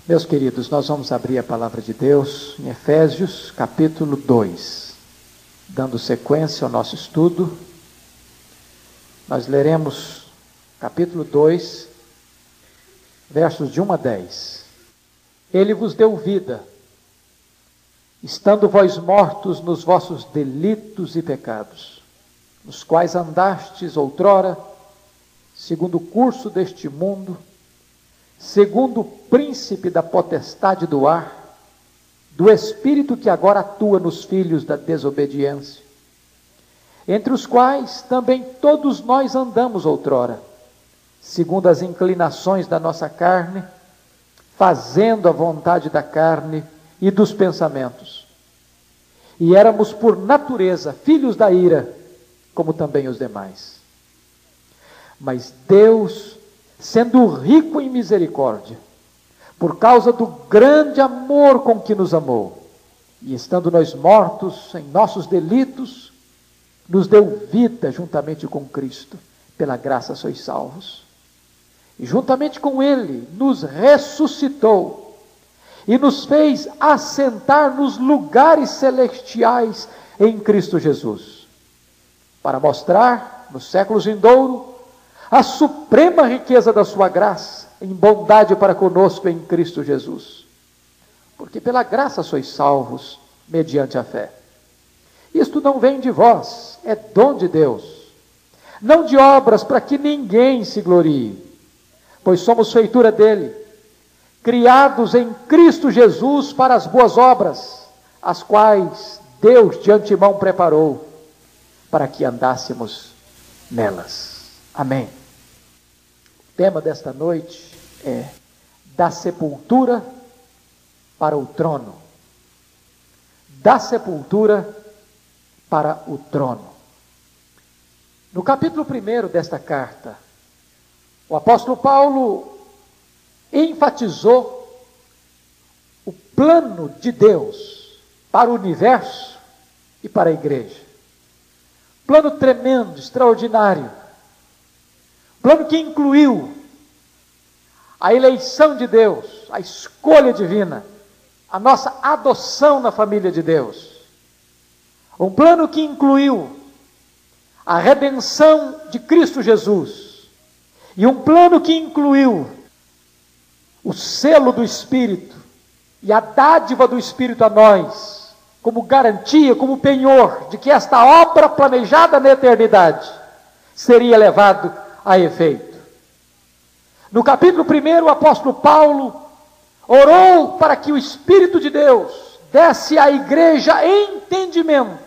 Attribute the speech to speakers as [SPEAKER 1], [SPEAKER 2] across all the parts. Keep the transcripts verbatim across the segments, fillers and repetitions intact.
[SPEAKER 1] Meus queridos, nós vamos abrir a palavra de Deus em Efésios, capítulo dois. Dando sequência ao nosso estudo, nós leremos capítulo dois, versos de um a dez. Ele vos deu vida, estando vós mortos nos vossos delitos e pecados, nos quais andastes outrora, segundo o curso deste mundo, segundo o príncipe da potestade do ar, do espírito que agora atua nos filhos da desobediência, entre os quais também todos nós andamos outrora, segundo as inclinações da nossa carne, fazendo a vontade da carne e dos pensamentos. E éramos por natureza filhos da ira, como também os demais. Mas Deus, sendo rico em misericórdia, por causa do grande amor com que nos amou, e estando nós mortos em nossos delitos, nos deu vida juntamente com Cristo, pela graça sois salvos. E juntamente com Ele nos ressuscitou, e nos fez assentar nos lugares celestiais em Cristo Jesus, para mostrar, nos séculos vindouros, a suprema riqueza da sua graça, em bondade para conosco em Cristo Jesus. Porque pela graça sois salvos, mediante a fé. Isto não vem de vós, é dom de Deus. Não de obras para que ninguém se glorie, pois somos feitura dele, criados em Cristo Jesus para as boas obras, as quais Deus de antemão preparou, para que andássemos nelas. Amém. O tema desta noite é da sepultura para o trono. Da sepultura para o trono. No capítulo primeiro desta carta, o apóstolo Paulo enfatizou o plano de Deus para o universo e para a igreja. Plano tremendo, extraordinário. Plano que incluiu a eleição de Deus, a escolha divina, a nossa adoção na família de Deus. Um plano que incluiu a redenção de Cristo Jesus. E um plano que incluiu o selo do Espírito e a dádiva do Espírito a nós, como garantia, como penhor de que esta obra planejada na eternidade seria levada a efeito. No capítulo primeiro, o apóstolo Paulo orou para que o Espírito de Deus desse à igreja entendimento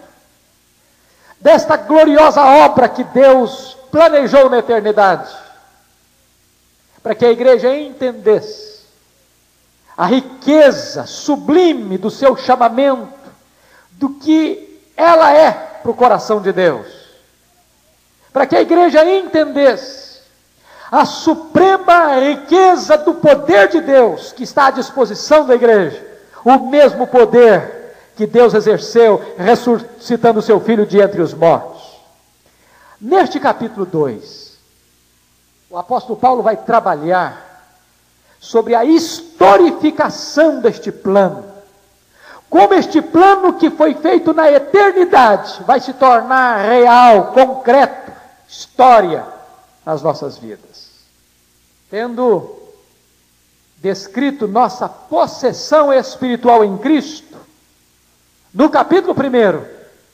[SPEAKER 1] desta gloriosa obra que Deus planejou na eternidade, para que a igreja entendesse a riqueza sublime do seu chamamento, do que ela é para o coração de Deus, para que a igreja entendesse a suprema riqueza do poder de Deus que está à disposição da igreja, o mesmo poder que Deus exerceu ressuscitando seu Filho de entre os mortos. Neste capítulo dois, o apóstolo Paulo vai trabalhar sobre a historificação deste plano, como este plano que foi feito na eternidade vai se tornar real, concreto, história nas nossas vidas. Tendo descrito nossa possessão espiritual em Cristo, no capítulo primeiro,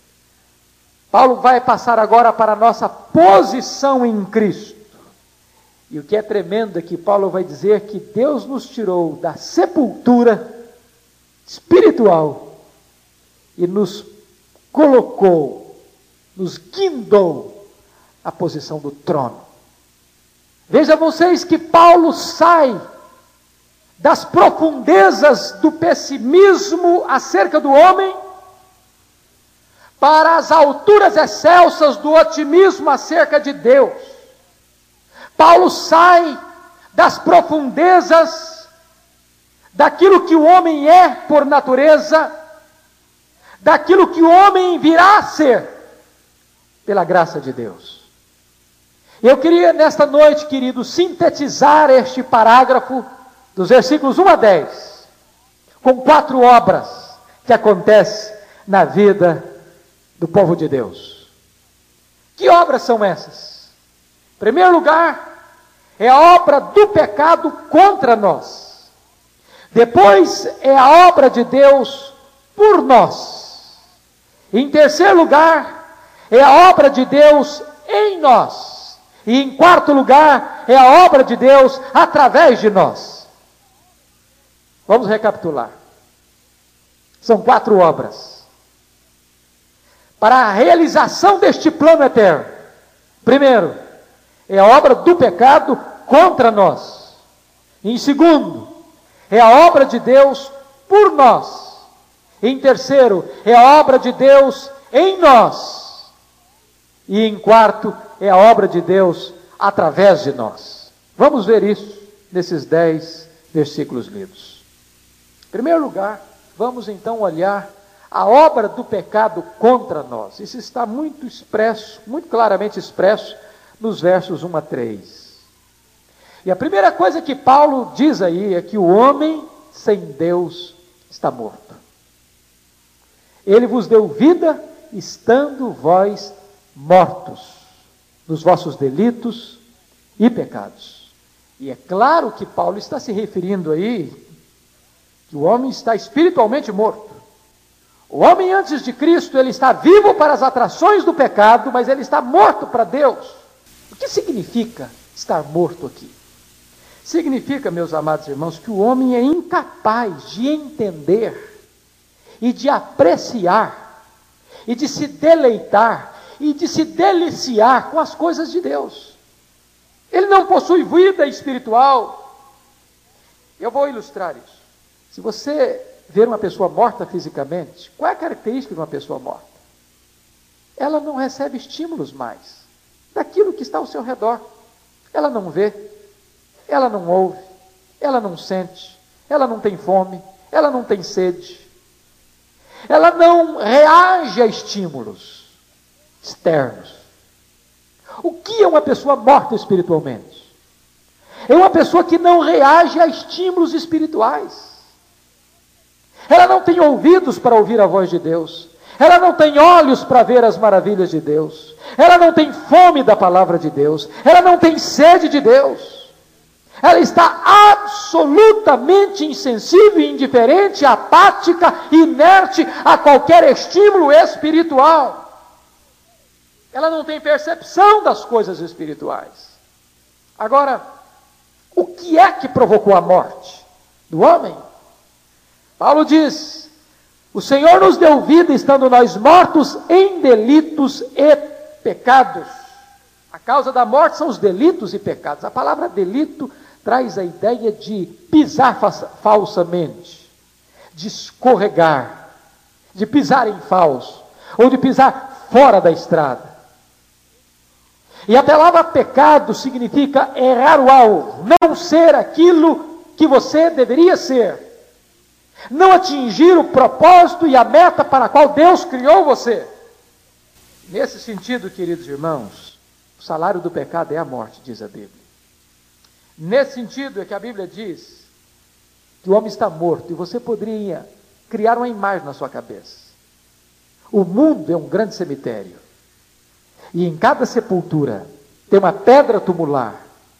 [SPEAKER 1] Paulo vai passar agora para a nossa posição em Cristo. E o que é tremendo é que Paulo vai dizer que Deus nos tirou da sepultura espiritual e nos colocou, nos guindou à posição do trono. Veja vocês que Paulo sai das profundezas do pessimismo acerca do homem para as alturas excelsas do otimismo acerca de Deus. Paulo sai das profundezas daquilo que o homem é por natureza, daquilo que o homem virá a ser pela graça de Deus. Eu queria nesta noite, querido, sintetizar este parágrafo dos versículos um a dez, com quatro obras que acontecem na vida do povo de Deus. Que obras são essas? Em primeiro lugar, é a obra do pecado contra nós. Depois, é a obra de Deus por nós. Em terceiro lugar, é a obra de Deus em nós. E em quarto lugar, é a obra de Deus através de nós. Vamos recapitular. São quatro obras para a realização deste plano eterno. Primeiro, é a obra do pecado contra nós. Em segundo, é a obra de Deus por nós. Em terceiro, é a obra de Deus em nós. E em quarto, é a obra de Deus através de nós. Vamos ver isso nesses dez versículos lidos. Em primeiro lugar, vamos então olhar a obra do pecado contra nós. Isso está muito expresso, muito claramente expresso nos versos um a três. E a primeira coisa que Paulo diz aí é que o homem sem Deus está morto. Ele vos deu vida, estando vós mortos nos vossos delitos e pecados. E é claro que Paulo está se referindo aí que o homem está espiritualmente morto. O homem antes de Cristo, ele está vivo para as atrações do pecado, mas ele está morto para Deus. O que significa estar morto aqui? Significa, meus amados irmãos, que o homem é incapaz de entender e de apreciar e de se deleitar e de se deliciar com as coisas de Deus. Ele não possui vida espiritual. Eu vou ilustrar isso. Se você ver uma pessoa morta fisicamente, qual é a característica de uma pessoa morta? Ela não recebe estímulos mais daquilo que está ao seu redor. Ela não vê, ela não ouve, ela não sente, ela não tem fome, ela não tem sede. Ela não reage a estímulos externos. O que é uma pessoa morta espiritualmente? É uma pessoa que não reage a estímulos espirituais. Ela não tem ouvidos para ouvir a voz de Deus. Ela não tem olhos para ver as maravilhas de Deus. Ela não tem fome da palavra de Deus. Ela não tem sede de Deus. Ela está absolutamente insensível, indiferente, apática, inerte a qualquer estímulo espiritual. Ela não tem percepção das coisas espirituais. Agora, o que é que provocou a morte do homem? Paulo diz: o Senhor nos deu vida estando nós mortos em delitos e pecados. A causa da morte são os delitos e pecados. A palavra delito traz a ideia de pisar falsamente, de escorregar, de pisar em falso, ou de pisar fora da estrada. E a palavra pecado significa errar o alvo, não ser aquilo que você deveria ser, não atingir o propósito e a meta para a qual Deus criou você. Nesse sentido, queridos irmãos, o salário do pecado é a morte, diz a Bíblia. Nesse sentido é que a Bíblia diz que o homem está morto, e você poderia criar uma imagem na sua cabeça. O mundo é um grande cemitério, e em cada sepultura tem uma pedra tumular,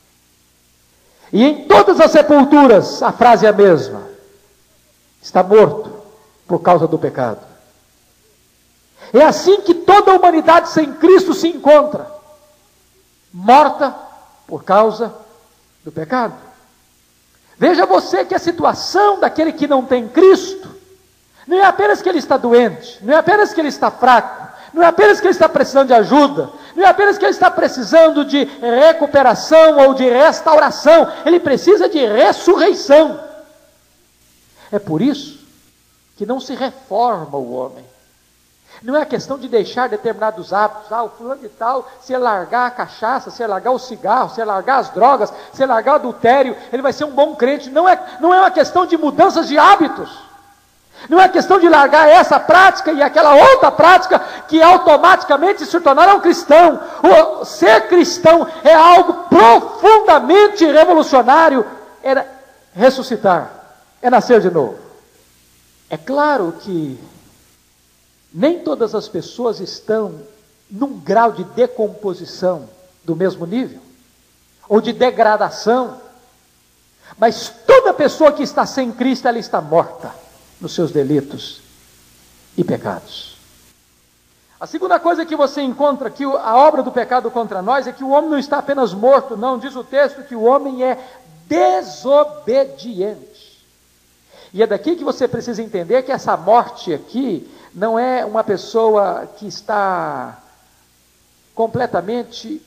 [SPEAKER 1] e em todas as sepulturas a frase é a mesma: está morto por causa do pecado. É assim que toda a humanidade sem Cristo se encontra, morta por causa do pecado. Veja você que a situação daquele que não tem Cristo não é apenas que ele está doente, não é apenas que ele está fraco, não é apenas que ele está precisando de ajuda, não é apenas que ele está precisando de recuperação ou de restauração, ele precisa de ressurreição. É por isso que não se reforma o homem. Não é a questão de deixar determinados hábitos. Ah, o fulano de tal, se ele largar a cachaça, se ele largar o cigarro, se ele largar as drogas, se ele largar o adultério, ele vai ser um bom crente. Não é, não é uma questão de mudanças de hábitos. Não é questão de largar essa prática e aquela outra prática que automaticamente se tornará um cristão. O ser cristão é algo profundamente revolucionário. Era ressuscitar, é nascer de novo. É claro que nem todas as pessoas estão num grau de decomposição do mesmo nível, ou de degradação, mas toda pessoa que está sem Cristo, ela está morta nos seus delitos e pecados. A segunda coisa que você encontra aqui, a obra do pecado contra nós, é que o homem não está apenas morto, não, diz o texto que o homem é desobediente. E é daqui que você precisa entender que essa morte aqui não é uma pessoa que está completamente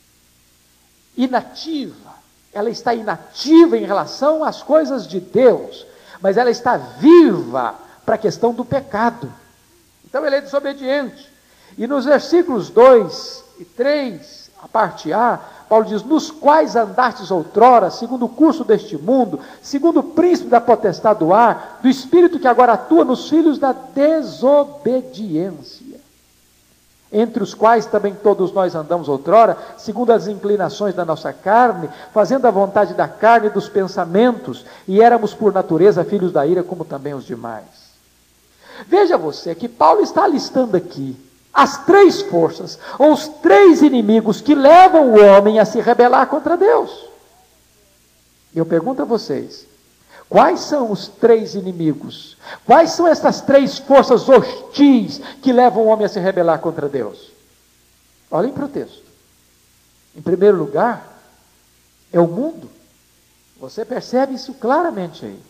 [SPEAKER 1] inativa. Ela está inativa em relação às coisas de Deus, mas ela está viva para a questão do pecado. Então ele é desobediente. E nos versículos dois e três, a parte A, Paulo diz: nos quais andastes outrora, segundo o curso deste mundo, segundo o príncipe da potestade do ar, do espírito que agora atua nos filhos da desobediência, entre os quais também todos nós andamos outrora, segundo as inclinações da nossa carne, fazendo a vontade da carne e dos pensamentos, e éramos por natureza filhos da ira, como também os demais. Veja você que Paulo está listando aqui as três forças, ou os três inimigos que levam o homem a se rebelar contra Deus. Eu pergunto a vocês, quais são os três inimigos? Quais são essas três forças hostis que levam o homem a se rebelar contra Deus? Olhem para o texto. Em primeiro lugar, é o mundo. Você percebe isso claramente aí.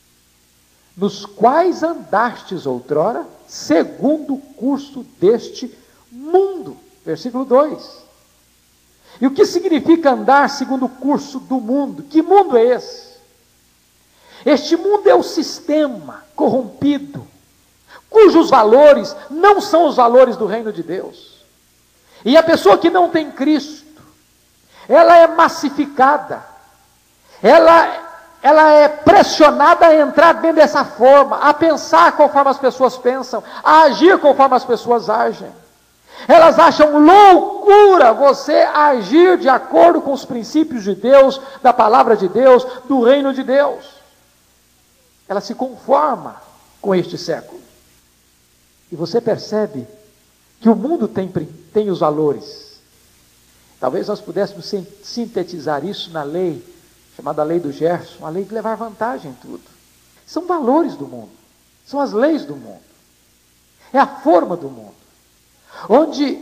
[SPEAKER 1] Nos quais andastes outrora, segundo o curso deste mundo. Versículo dois. E o que significa andar segundo o curso do mundo? Que mundo é esse? Este mundo é o sistema corrompido, cujos valores não são os valores do reino de Deus. E a pessoa que não tem Cristo, ela é massificada, ela, ela é pressionada a entrar dentro dessa forma, a pensar conforme as pessoas pensam, a agir conforme as pessoas agem. Elas acham loucura você agir de acordo com os princípios de Deus, da palavra de Deus, do reino de Deus. Ela se conforma com este século. E você percebe que o mundo tem, tem os valores. Talvez nós pudéssemos sintetizar isso na lei, chamada lei do Gerson, a lei de levar vantagem em tudo. São valores do mundo, são as leis do mundo, é a forma do mundo, onde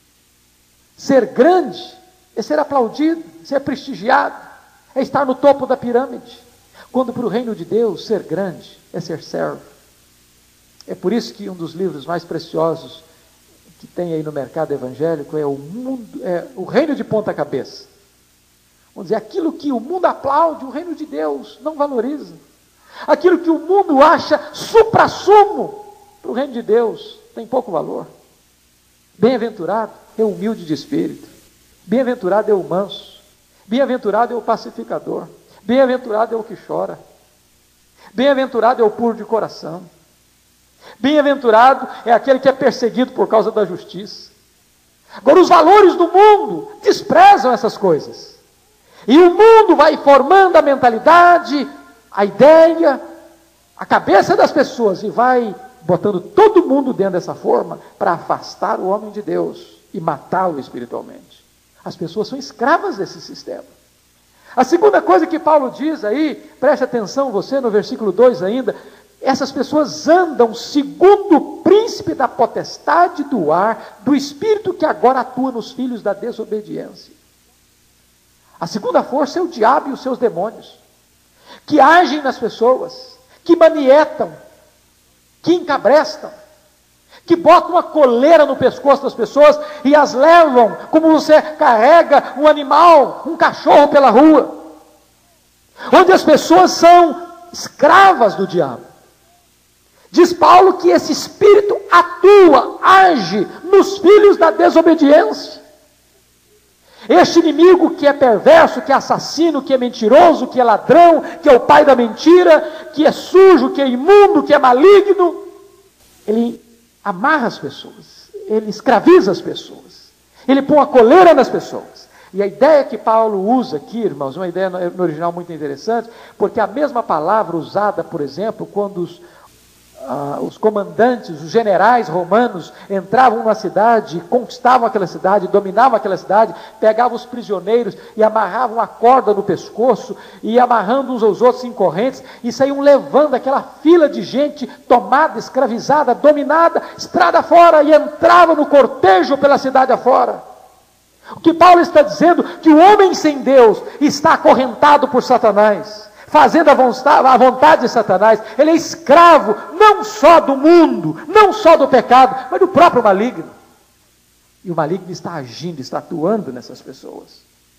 [SPEAKER 1] ser grande é ser aplaudido, ser prestigiado, é estar no topo da pirâmide. Quando para o reino de Deus, ser grande é ser servo. É por isso que um dos livros mais preciosos que tem aí no mercado evangélico é o, mundo, é o reino de ponta cabeça. Vamos dizer, aquilo que o mundo aplaude, o reino de Deus não valoriza. Aquilo que o mundo acha supra-sumo, para o reino de Deus tem pouco valor. Bem-aventurado é o humilde de espírito. Bem-aventurado é o manso. Bem-aventurado é o pacificador. Bem-aventurado é o que chora. Bem-aventurado é o puro de coração. Bem-aventurado é aquele que é perseguido por causa da justiça. Agora, os valores do mundo desprezam essas coisas. E o mundo vai formando a mentalidade, a ideia, a cabeça das pessoas e vai botando todo mundo dentro dessa forma para afastar o homem de Deus e matá-lo espiritualmente. As pessoas são escravas desse sistema. A segunda coisa que Paulo diz aí, preste atenção você no versículo dois ainda, essas pessoas andam segundo o príncipe da potestade do ar, do espírito que agora atua nos filhos da desobediência. A segunda força é o diabo e os seus demônios, que agem nas pessoas, que manietam, que encabrestam, que botam uma coleira no pescoço das pessoas e as levam, como você carrega um animal, um cachorro pela rua, onde as pessoas são escravas do diabo. Diz Paulo que esse espírito atua, age nos filhos da desobediência. Este inimigo que é perverso, que é assassino, que é mentiroso, que é ladrão, que é o pai da mentira, que é sujo, que é imundo, que é maligno, ele amarra as pessoas, ele escraviza as pessoas, ele põe a coleira nas pessoas, E a ideia que Paulo usa aqui, irmãos, uma ideia no original muito interessante, porque a mesma palavra usada, por exemplo, quando os, ah, os comandantes, os generais romanos entravam numa cidade, conquistavam aquela cidade, dominavam aquela cidade, pegavam os prisioneiros e amarravam a corda no pescoço, e amarrando uns aos outros em correntes, e saíam levando aquela fila de gente tomada, escravizada, dominada, estrada fora, e entrava no cortejo pela cidade afora. O que Paulo está dizendo, que o homem sem Deus está acorrentado por Satanás, fazendo a vontade, a vontade de Satanás. Ele é escravo não só do mundo, não só do pecado, mas do próprio maligno. E o maligno está agindo, está atuando nessas pessoas.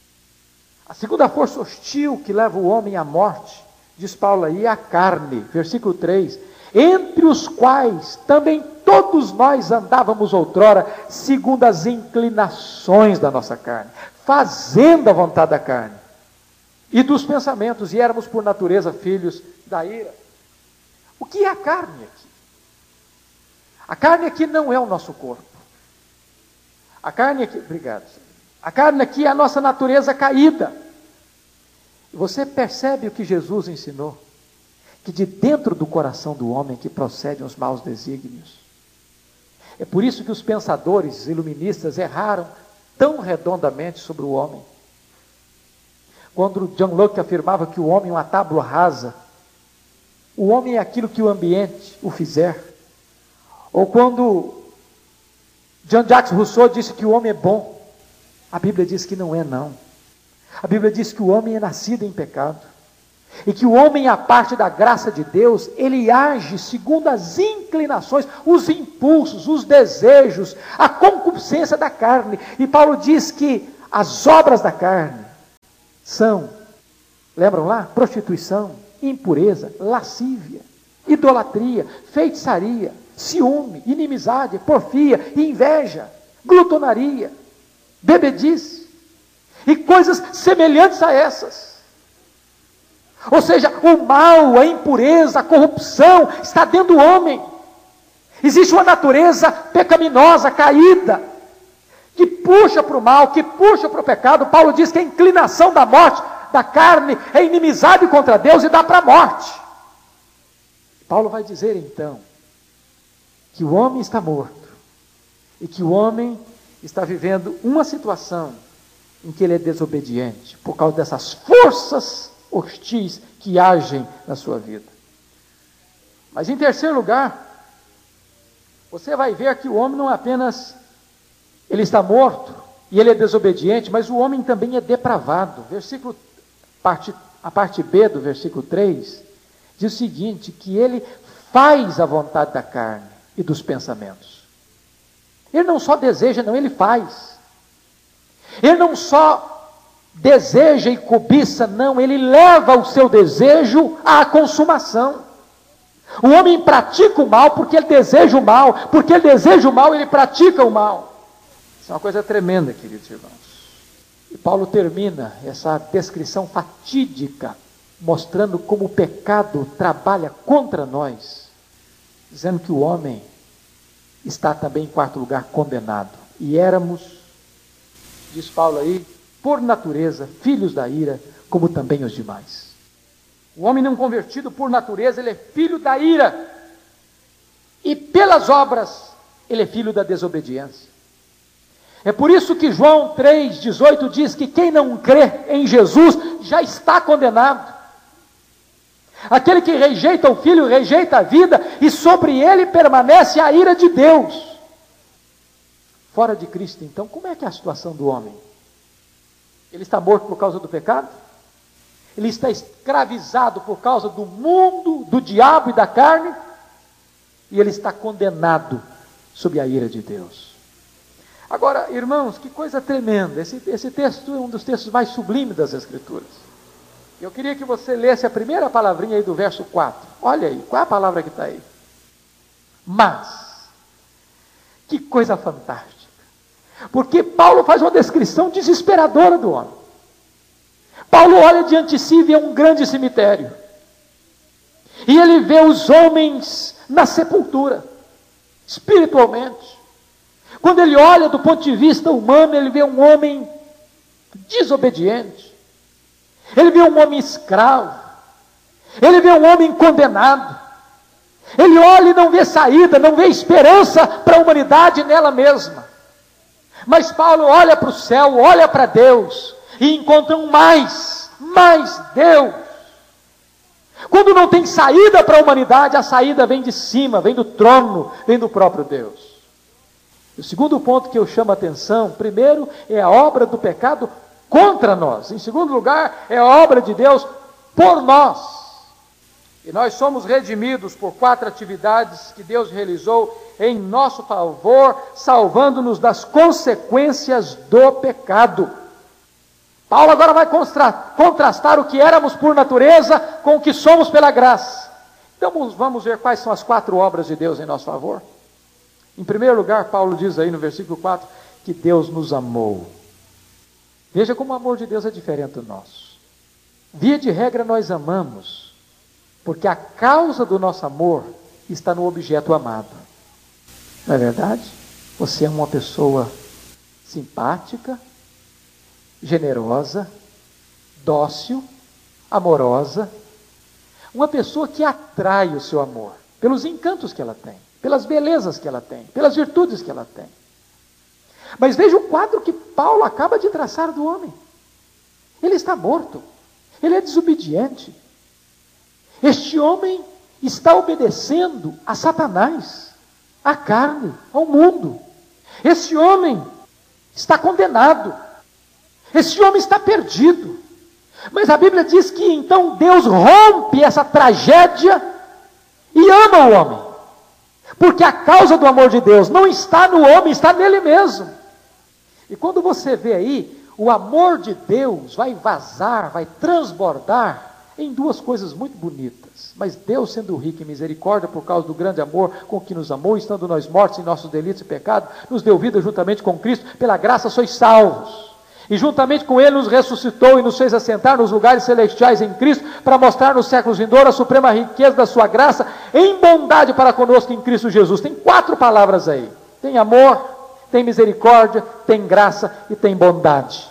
[SPEAKER 1] A segunda força hostil que leva o homem à morte, diz Paulo aí, é a carne. Versículo três. Entre os quais também todos nós andávamos outrora, segundo as inclinações da nossa carne, fazendo a vontade da carne e dos pensamentos, e éramos por natureza filhos da ira. O que é a carne aqui? A carne aqui não é o nosso corpo. A carne aqui, obrigado. A carne aqui é a nossa natureza caída. Você percebe o que Jesus ensinou? Que de dentro do coração do homem que procedem os maus desígnios. É por isso que os pensadores iluministas erraram tão redondamente sobre o homem. Quando John Locke afirmava que o homem é uma tábua rasa, o homem é aquilo que o ambiente o fizer. Ou quando Jean-Jacques Rousseau disse que o homem é bom, a Bíblia diz que não é, não. A Bíblia diz que o homem é nascido em pecado. E que o homem, à parte da graça de Deus, ele age segundo as inclinações, os impulsos, os desejos, a concupiscência da carne. E Paulo diz que as obras da carne são, lembram lá? Prostituição, impureza, lascívia, idolatria, feitiçaria, ciúme, inimizade, porfia, inveja, glutonaria, bebedice e coisas semelhantes a essas. Ou seja, o mal, a impureza, a corrupção está dentro do homem. Existe uma natureza pecaminosa, caída, que puxa para o mal, que puxa para o pecado. Paulo diz que a inclinação da morte, da carne, é inimizade contra Deus e dá para a morte. Paulo vai dizer então, que o homem está morto, e que o homem está vivendo uma situação em que ele é desobediente, por causa dessas forças hostis que agem na sua vida. Mas em terceiro lugar, você vai ver que o homem não é apenas, ele está morto, e ele é desobediente, mas o homem também é depravado. Versículo, parte, a parte B do versículo três, diz o seguinte, que ele faz a vontade da carne e dos pensamentos. Ele não só deseja, não, ele faz. Ele não só deseja e cobiça, não, ele leva o seu desejo à consumação. O homem pratica o mal porque ele deseja o mal, porque ele deseja o mal, ele pratica o mal. Isso é uma coisa tremenda, queridos irmãos. E Paulo termina essa descrição fatídica, mostrando como o pecado trabalha contra nós, dizendo que o homem está também, em quarto lugar, condenado. E éramos, diz Paulo aí, por natureza, filhos da ira, como também os demais. O homem não convertido, por natureza, ele é filho da ira. E pelas obras, ele é filho da desobediência. É por isso que João três, dezoito diz que quem não crê em Jesus, já está condenado. Aquele que rejeita o Filho, rejeita a vida, e sobre ele permanece a ira de Deus. Fora de Cristo, então, como é que é a situação do homem? Ele está morto por causa do pecado? Ele está escravizado por causa do mundo, do diabo e da carne? E ele está condenado sob a ira de Deus. Agora, irmãos, que coisa tremenda. Esse, esse texto é um dos textos mais sublimes das Escrituras. Eu queria que você lesse a primeira palavrinha aí do verso quatro. Olha aí, qual é a palavra que está aí? Mas, que coisa fantástica. Porque Paulo faz uma descrição desesperadora do homem. Paulo olha diante de si e vê um grande cemitério. E ele vê os homens na sepultura, espiritualmente. Quando ele olha do ponto de vista humano, ele vê um homem desobediente. Ele vê um homem escravo. Ele vê um homem condenado. Ele olha e não vê saída, não vê esperança para a humanidade nela mesma. Mas Paulo olha para o céu, olha para Deus e encontra um mais, mais Deus. Quando não tem saída para a humanidade, a saída vem de cima, vem do trono, vem do próprio Deus. O segundo ponto que eu chamo a atenção, primeiro, é a obra do pecado contra nós. Em segundo lugar, é a obra de Deus por nós. E nós somos redimidos por quatro atividades que Deus realizou em nosso favor, salvando-nos das consequências do pecado. Paulo agora vai contrastar o que éramos por natureza com o que somos pela graça. Então vamos ver quais são as quatro obras de Deus em nosso favor. Em primeiro lugar, Paulo diz aí no versículo quatro, que Deus nos amou. Veja como o amor de Deus é diferente do nosso. Via de regra nós amamos, porque a causa do nosso amor está no objeto amado. Não é verdade? Você é uma pessoa simpática, generosa, dócil, amorosa, uma pessoa que atrai o seu amor, pelos encantos que ela tem, pelas belezas que ela tem, pelas virtudes que ela tem. Mas veja o quadro que Paulo acaba de traçar do homem. Ele está morto, ele é desobediente. Este homem está obedecendo a Satanás, à carne, ao mundo. Esse homem está condenado. Esse homem está perdido. Mas a Bíblia diz que então Deus rompe essa tragédia e ama o homem. Porque a causa do amor de Deus não está no homem, está nele mesmo. E quando você vê aí, o amor de Deus vai vazar, vai transbordar em duas coisas muito bonitas. Mas Deus, sendo rico em misericórdia, por causa do grande amor com que nos amou, estando nós mortos em nossos delitos e pecados, nos deu vida juntamente com Cristo, pela graça sois salvos. E juntamente com Ele nos ressuscitou e nos fez assentar nos lugares celestiais em Cristo, para mostrar nos séculos vindouros a suprema riqueza da sua graça, em bondade para conosco em Cristo Jesus. Tem quatro palavras aí. Tem amor, tem misericórdia, tem graça e tem bondade.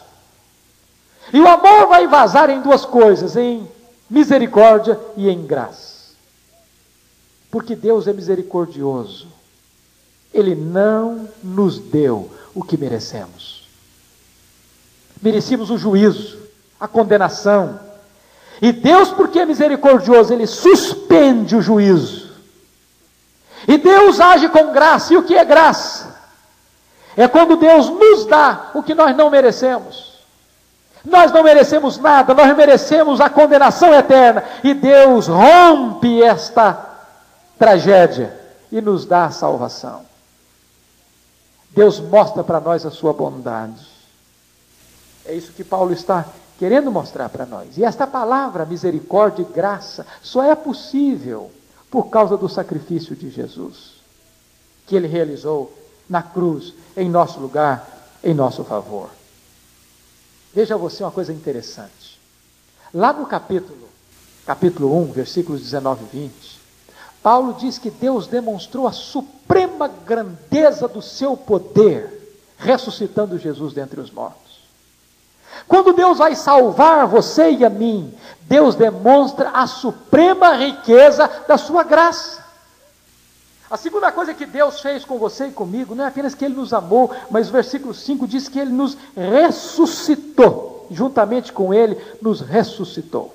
[SPEAKER 1] E o amor vai vazar em duas coisas, em misericórdia e em graça. Porque Deus é misericordioso. Ele não nos deu o que merecemos. Merecíamos o juízo, a condenação. E Deus, porque é misericordioso, Ele suspende o juízo. E Deus age com graça. E o que é graça? É quando Deus nos dá o que nós não merecemos. Nós não merecemos nada, nós merecemos a condenação eterna. E Deus rompe esta tragédia e nos dá a salvação. Deus mostra para nós a sua bondade. É isso que Paulo está querendo mostrar para nós. E esta palavra, misericórdia e graça, só é possível por causa do sacrifício de Jesus, que Ele realizou na cruz, em nosso lugar, em nosso favor. Veja você uma coisa interessante. Lá no capítulo, capítulo um, versículos dezenove e vinte, Paulo diz que Deus demonstrou a suprema grandeza do seu poder, ressuscitando Jesus dentre os mortos. Quando Deus vai salvar você e a mim, Deus demonstra a suprema riqueza da sua graça. A segunda coisa que Deus fez com você e comigo, não é apenas que Ele nos amou, mas o versículo cinco diz que Ele nos ressuscitou, juntamente com Ele nos ressuscitou.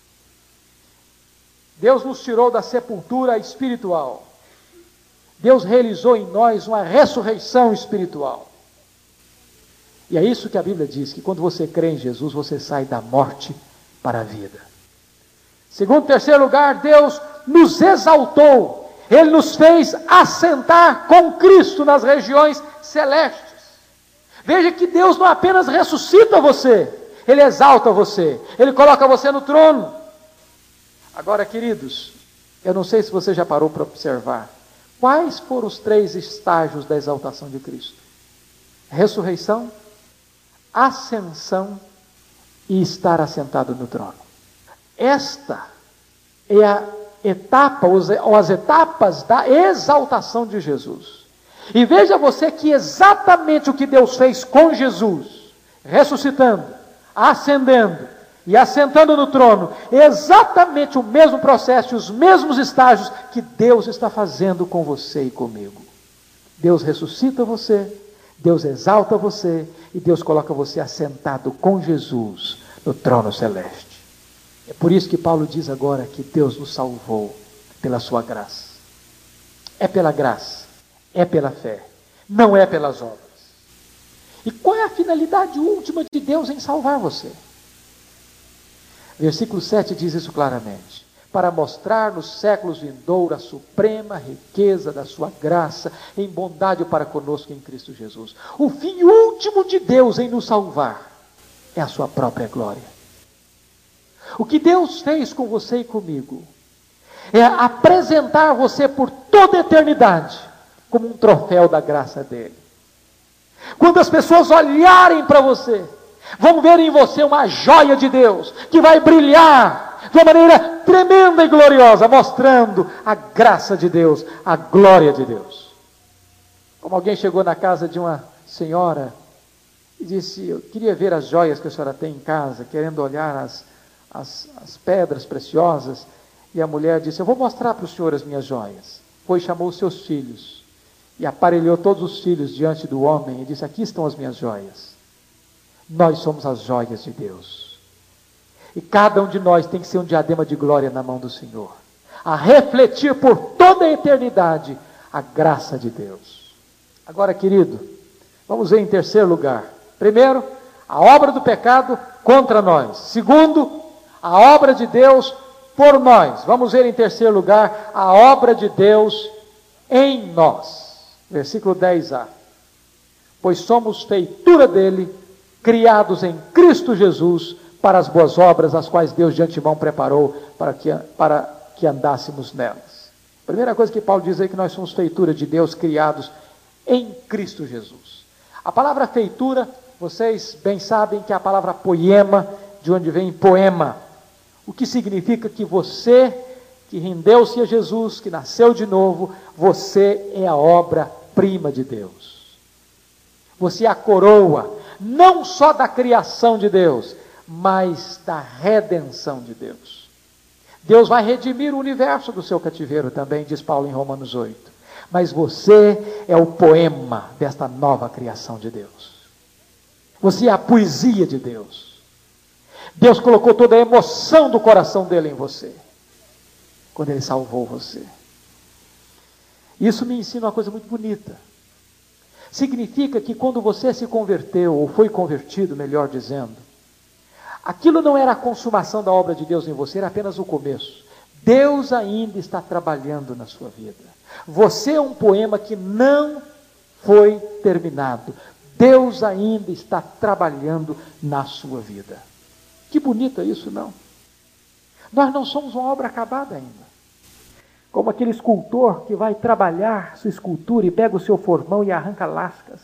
[SPEAKER 1] Deus nos tirou da sepultura espiritual. Deus realizou em nós uma ressurreição espiritual. E é isso que a Bíblia diz, que quando você crê em Jesus, você sai da morte para a vida. Segundo, terceiro lugar, Deus nos exaltou. Ele nos fez assentar com Cristo nas regiões celestes. Veja que Deus não apenas ressuscita você, Ele exalta você, Ele coloca você no trono. Agora, queridos, eu não sei se você já parou para observar, quais foram os três estágios da exaltação de Cristo? Ressurreição, ascensão e estar assentado no trono. Esta é a etapa, ou as etapas da exaltação de Jesus. E veja você que exatamente o que Deus fez com Jesus, ressuscitando, ascendendo e assentando no trono, é exatamente o mesmo processo e os mesmos estágios que Deus está fazendo com você e comigo. Deus ressuscita você, Deus exalta você e Deus coloca você assentado com Jesus no trono celeste. É por isso que Paulo diz agora que Deus nos salvou pela sua graça. É pela graça, é pela fé, não é pelas obras. E qual é a finalidade última de Deus em salvar você? Versículo sete diz isso claramente: para mostrar nos séculos vindouros a suprema riqueza da sua graça em bondade para conosco em Cristo Jesus. O fim último de Deus em nos salvar é a sua própria glória. O que Deus fez com você e comigo é apresentar você por toda a eternidade como um troféu da graça dele. Quando as pessoas olharem para você, vão ver em você uma joia de Deus, que vai brilhar de uma maneira tremenda e gloriosa, mostrando a graça de Deus, a glória de Deus. Como alguém chegou na casa de uma senhora e disse: eu queria ver as joias que a senhora tem em casa, querendo olhar as, as, as pedras preciosas. E a mulher disse: eu vou mostrar para o senhor as minhas joias. Foi e chamou os seus filhos, e aparelhou todos os filhos diante do homem, e disse: aqui estão as minhas joias. Nós somos as joias de Deus. E cada um de nós tem que ser um diadema de glória na mão do Senhor, a refletir por toda a eternidade a graça de Deus. Agora, querido, vamos ver em terceiro lugar. Primeiro, a obra do pecado contra nós. Segundo, a obra de Deus por nós. Vamos ver em terceiro lugar a obra de Deus em nós. Versículo dez a. Pois somos feitura dele, criados em Cristo Jesus para as boas obras, as quais Deus de antemão preparou para que, para que andássemos nelas. A primeira coisa que Paulo diz é que nós somos feitura de Deus, criados em Cristo Jesus. A palavra feitura, vocês bem sabem que é a palavra poema, de onde vem poema, o que significa que você, que rendeu-se a Jesus, que nasceu de novo, você é a obra-prima de Deus. Você é a coroa, não só da criação de Deus, mas da redenção de Deus. Deus vai redimir o universo do seu cativeiro também, diz Paulo em Romanos oito. Mas você é o poema desta nova criação de Deus. Você é a poesia de Deus. Deus colocou toda a emoção do coração dele em você, quando ele salvou você. Isso me ensina uma coisa muito bonita. Significa que quando você se converteu, ou foi convertido, melhor dizendo, aquilo não era a consumação da obra de Deus em você, era apenas o começo. Deus ainda está trabalhando na sua vida. Você é um poema que não foi terminado. Deus ainda está trabalhando na sua vida. Que bonito é isso, não? Nós não somos uma obra acabada ainda. Como aquele escultor que vai trabalhar sua escultura e pega o seu formão e arranca lascas.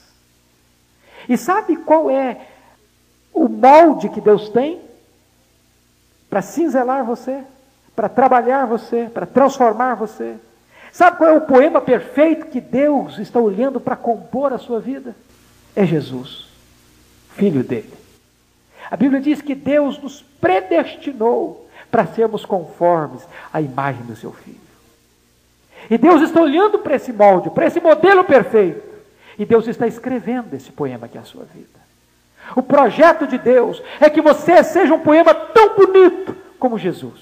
[SPEAKER 1] E sabe qual é o molde que Deus tem para cinzelar você, para trabalhar você, para transformar você? Sabe qual é o poema perfeito que Deus está olhando para compor a sua vida? É Jesus, Filho dele. A Bíblia diz que Deus nos predestinou para sermos conformes à imagem do seu Filho. E Deus está olhando para esse molde, para esse modelo perfeito. E Deus está escrevendo esse poema que é a sua vida. O projeto de Deus é que você seja um poema tão bonito como Jesus.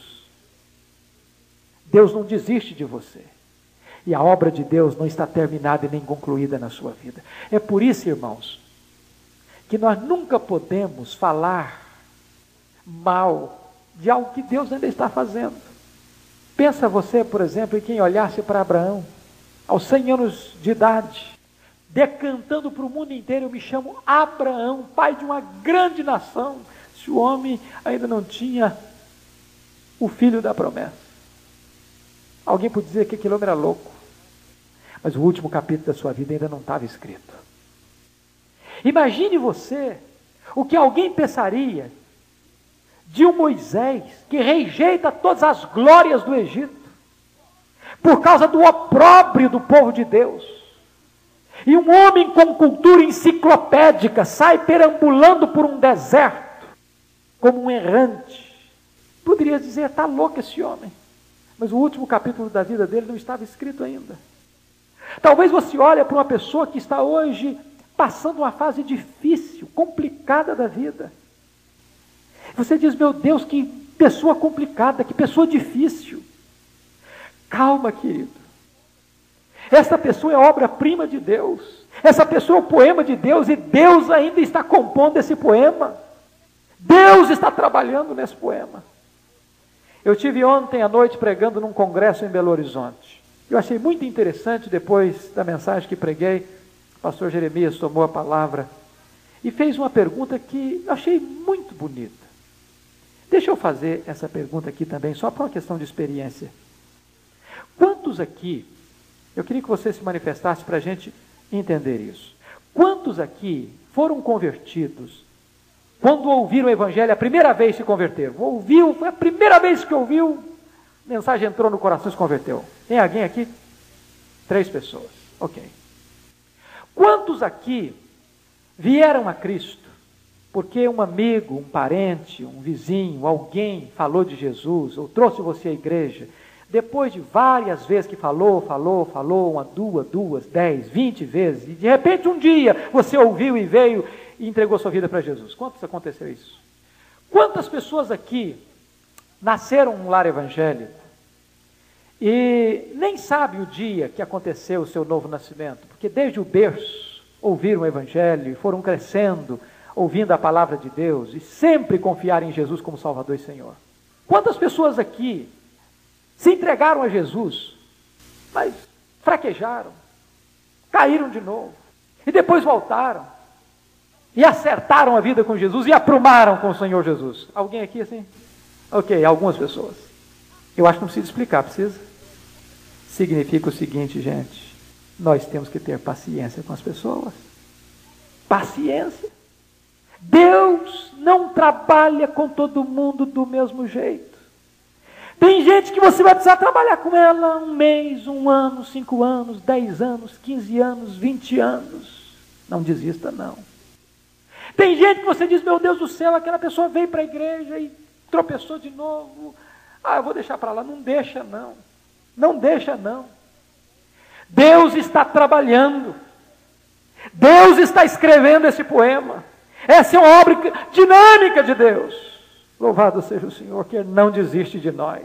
[SPEAKER 1] Deus não desiste de você. E a obra de Deus não está terminada e nem concluída na sua vida. É por isso, irmãos, que nós nunca podemos falar mal de algo que Deus ainda está fazendo. Pensa você, por exemplo, em quem olhasse para Abraão, aos cem anos de idade, decantando para o mundo inteiro: eu me chamo Abraão, pai de uma grande nação, se o homem ainda não tinha o filho da promessa. Alguém pode dizer que aquele homem era louco, mas o último capítulo da sua vida ainda não estava escrito. Imagine você o que alguém pensaria de um Moisés que rejeita todas as glórias do Egito por causa do opróbrio do povo de Deus. E um homem com cultura enciclopédica sai perambulando por um deserto, como um errante. Poderia dizer, está louco esse homem. Mas o último capítulo da vida dele não estava escrito ainda. Talvez você olhe para uma pessoa que está hoje passando uma fase difícil, complicada da vida. Você diz, meu Deus, que pessoa complicada, que pessoa difícil. Calma, querido. Essa pessoa é obra-prima de Deus. Essa pessoa é o poema de Deus e Deus ainda está compondo esse poema. Deus está trabalhando nesse poema. Eu tive ontem à noite pregando num congresso em Belo Horizonte. Eu achei muito interessante, depois da mensagem que preguei, o pastor Jeremias tomou a palavra e fez uma pergunta que eu achei muito bonita. Deixa eu fazer essa pergunta aqui também, só por uma questão de experiência. Quantos aqui, eu queria que você se manifestasse para a gente entender isso. Quantos aqui foram convertidos quando ouviram o Evangelho, a primeira vez se converteram? Ouviu, foi a primeira vez que ouviu, a mensagem entrou no coração e se converteu. Tem alguém aqui? Três pessoas, ok. Quantos aqui vieram a Cristo porque um amigo, um parente, um vizinho, alguém falou de Jesus, ou trouxe você à igreja, depois de várias vezes que falou, falou, falou, uma, duas, duas, dez, vinte vezes, e de repente um dia você ouviu e veio e entregou sua vida para Jesus? Quantos aconteceu isso? Quantas pessoas aqui nasceram num lar evangélico e nem sabe o dia que aconteceu o seu novo nascimento, porque desde o berço ouviram o Evangelho e foram crescendo, ouvindo a palavra de Deus e sempre confiaram em Jesus como Salvador e Senhor? Quantas pessoas aqui se entregaram a Jesus, mas fraquejaram, caíram de novo, e depois voltaram, e acertaram a vida com Jesus, e aprumaram com o Senhor Jesus? Alguém aqui assim? Ok, algumas pessoas. Eu acho que não precisa explicar, precisa? Significa o seguinte, gente, nós temos que ter paciência com as pessoas. Paciência. Deus não trabalha com todo mundo do mesmo jeito. Tem gente que você vai precisar trabalhar com ela um mês, um ano, cinco anos, dez anos, quinze anos, vinte anos. Não desista, não. Tem gente que você diz, meu Deus do céu, aquela pessoa veio para a igreja e tropeçou de novo. Ah, eu vou deixar para lá. Não deixa, não. Não deixa, não. Deus está trabalhando. Deus está escrevendo esse poema. Essa é uma obra dinâmica de Deus. Louvado seja o Senhor, que Ele não desiste de nós.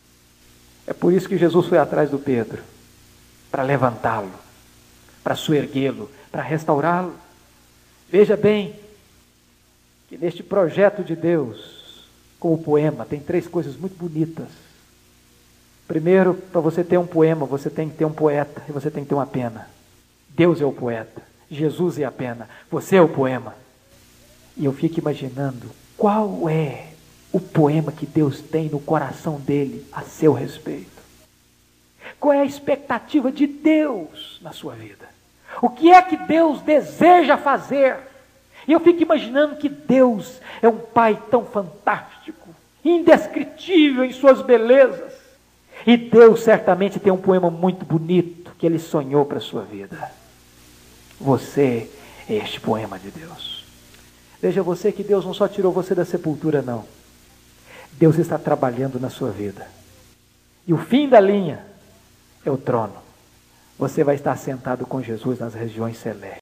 [SPEAKER 1] É por isso que Jesus foi atrás do Pedro, para levantá-lo, para soerguê-lo, para restaurá-lo. Veja bem, que neste projeto de Deus, como poema, tem três coisas muito bonitas. Primeiro, para você ter um poema, você tem que ter um poeta, e você tem que ter uma pena. Deus é o poeta, Jesus é a pena, você é o poema. E eu fico imaginando, qual é o poema que Deus tem no coração dele a seu respeito? Qual é a expectativa de Deus na sua vida? O que é que Deus deseja fazer? E eu fico imaginando que Deus é um Pai tão fantástico, indescritível em suas belezas. E Deus certamente tem um poema muito bonito que Ele sonhou para a sua vida. Você é este poema de Deus. Veja você que Deus não só tirou você da sepultura, não. Deus está trabalhando na sua vida. E o fim da linha é o trono. Você vai estar sentado com Jesus nas regiões celestes.